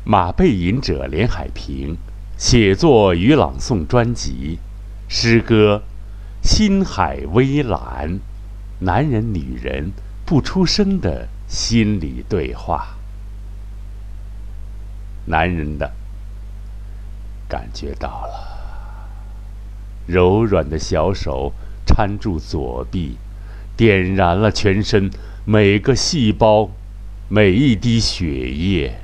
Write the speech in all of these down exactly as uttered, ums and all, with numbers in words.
马背吟者连海平写作与朗诵专辑，诗歌《心海微澜》，男人女人不出声的心理对话。男人的感觉到了，柔软的小手搀住左臂，点燃了全身每个细胞，每一滴血液。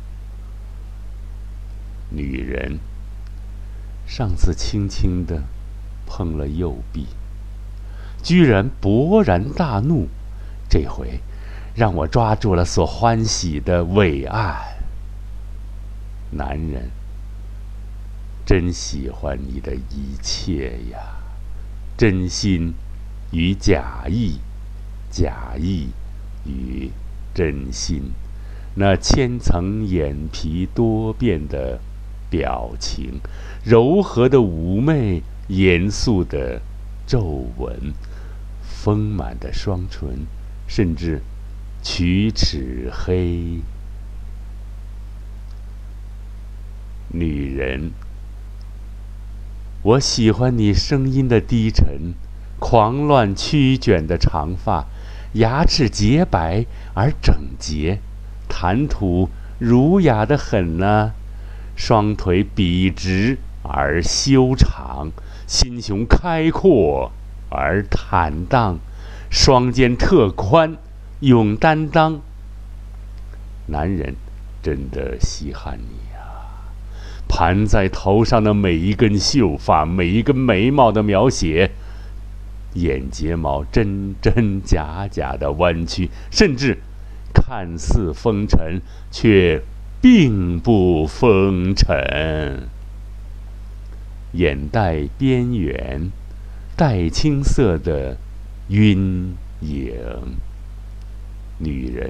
女人上次轻轻地碰了右臂，居然勃然大怒，这回让我抓住了所欢喜的伟岸。男人真喜欢你的一切呀，真心与假意，假意与真心，那千层眼皮多变的表情，柔和的妩媚，严肃的皱纹，丰满的双唇，甚至龋齿黑。女人，我喜欢你声音的低沉，狂乱曲卷的长发，牙齿洁白而整洁，谈吐儒雅得很呢、啊。双腿笔直而修长，心胸开阔而坦荡，双肩特宽，勇担当。男人真的稀罕你啊！盘在头上的每一根秀发，每一根眉毛的描写，眼睫毛真真假假的弯曲，甚至看似风尘，却并不风尘。眼袋边缘带青色的晕影。女人，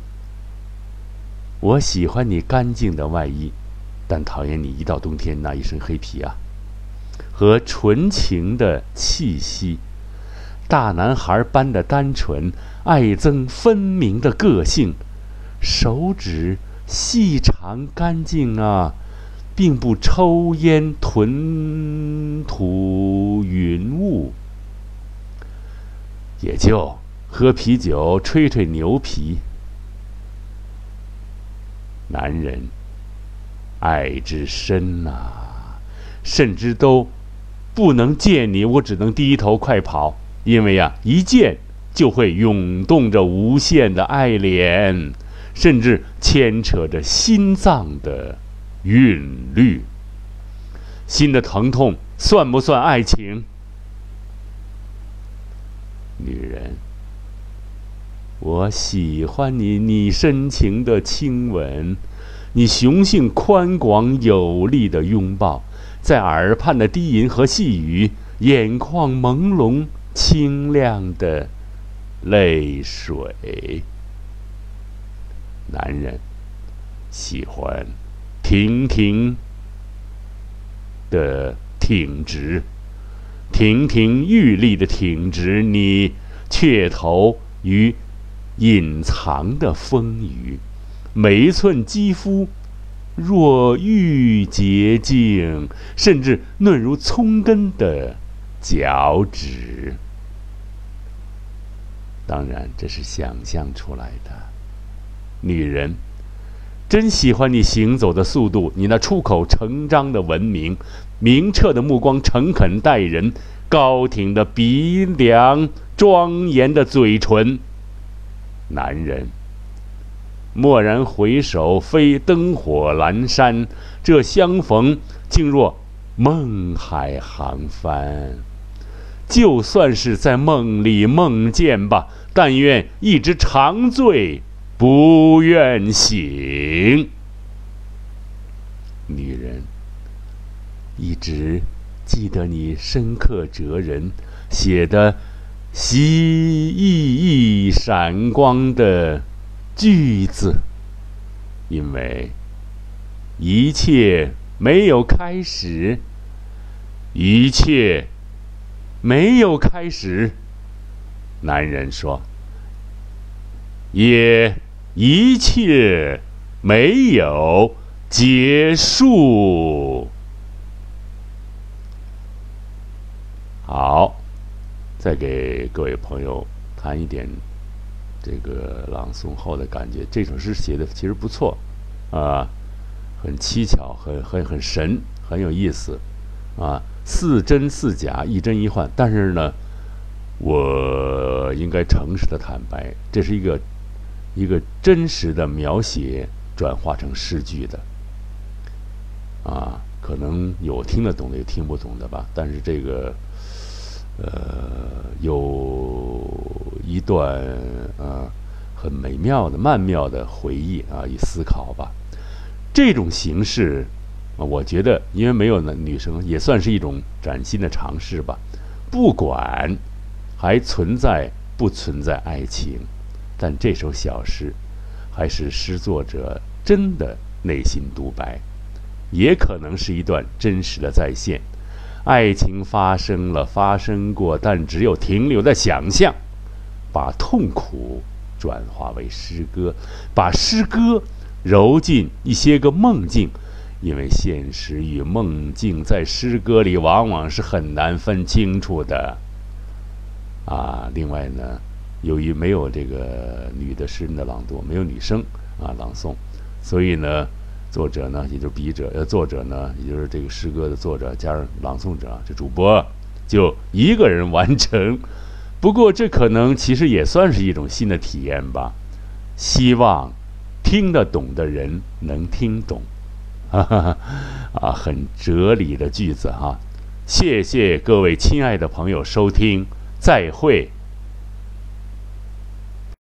我喜欢你干净的外衣，但讨厌你一到冬天那一身黑皮啊，和纯情的气息，大男孩般的单纯，爱憎分明的个性，手指细长干净啊，并不抽烟吞吐云雾，也就喝啤酒吹吹牛皮。男人爱之深啊，甚至都不能见你，我只能低头快跑，因为啊，一见就会涌动着无限的爱恋，甚至牵扯着心脏的韵律。心的疼痛算不算爱情？女人，我喜欢你你深情的亲吻，你雄性宽广有力的拥抱，在耳畔的低吟和细语，眼眶朦胧清亮的泪水。男人喜欢亭亭的挺直，亭亭玉立的挺直你雀头与隐藏的风雨，每一寸肌肤若玉洁净，甚至嫩如葱根的脚趾。当然这是想象出来的。女人，真喜欢你行走的速度，你那出口成章的文明，明澈的目光，诚恳待人，高挺的鼻梁，庄严的嘴唇。男人，蓦然回首，非灯火阑珊，这相逢竟若梦海航帆。就算是在梦里梦见吧，但愿一直长醉不愿醒。女人，一直记得你深刻哲人写的熠熠闪光的句子，因为一切没有开始，一切没有开始。男人说，也一切没有结束。好，再给各位朋友谈一点这个朗诵后的感觉。这首诗写的其实不错啊，很蹊跷，很很很神，很有意思啊，似真似假，一真一幻。但是呢，我应该诚实的坦白，这是一个一个真实的描写转化成诗句的啊，可能有听得懂的，有听不懂的吧。但是这个呃，有一段呃很美妙的、曼妙的回忆啊，与思考吧。这种形式啊，我觉得因为没有男女生，也算是一种崭新的尝试吧。不管还存在不存在爱情，但这首小诗还是诗作者真的内心独白，也可能是一段真实的再现。爱情发生了，发生过，但只有停留在想象，把痛苦转化为诗歌，把诗歌揉进一些个梦境，因为现实与梦境在诗歌里往往是很难分清楚的啊。另外呢，由于没有这个女的诗人的朗读，没有女生啊朗诵，所以呢，作者呢，也就是笔者，呃，作者呢，也就是这个诗歌的作者加上朗诵者，这主播就一个人完成。不过这可能其实也算是一种新的体验吧。希望听得懂的人能听懂，哈哈哈，啊，很哲理的句子哈。谢谢各位亲爱的朋友收听，再会。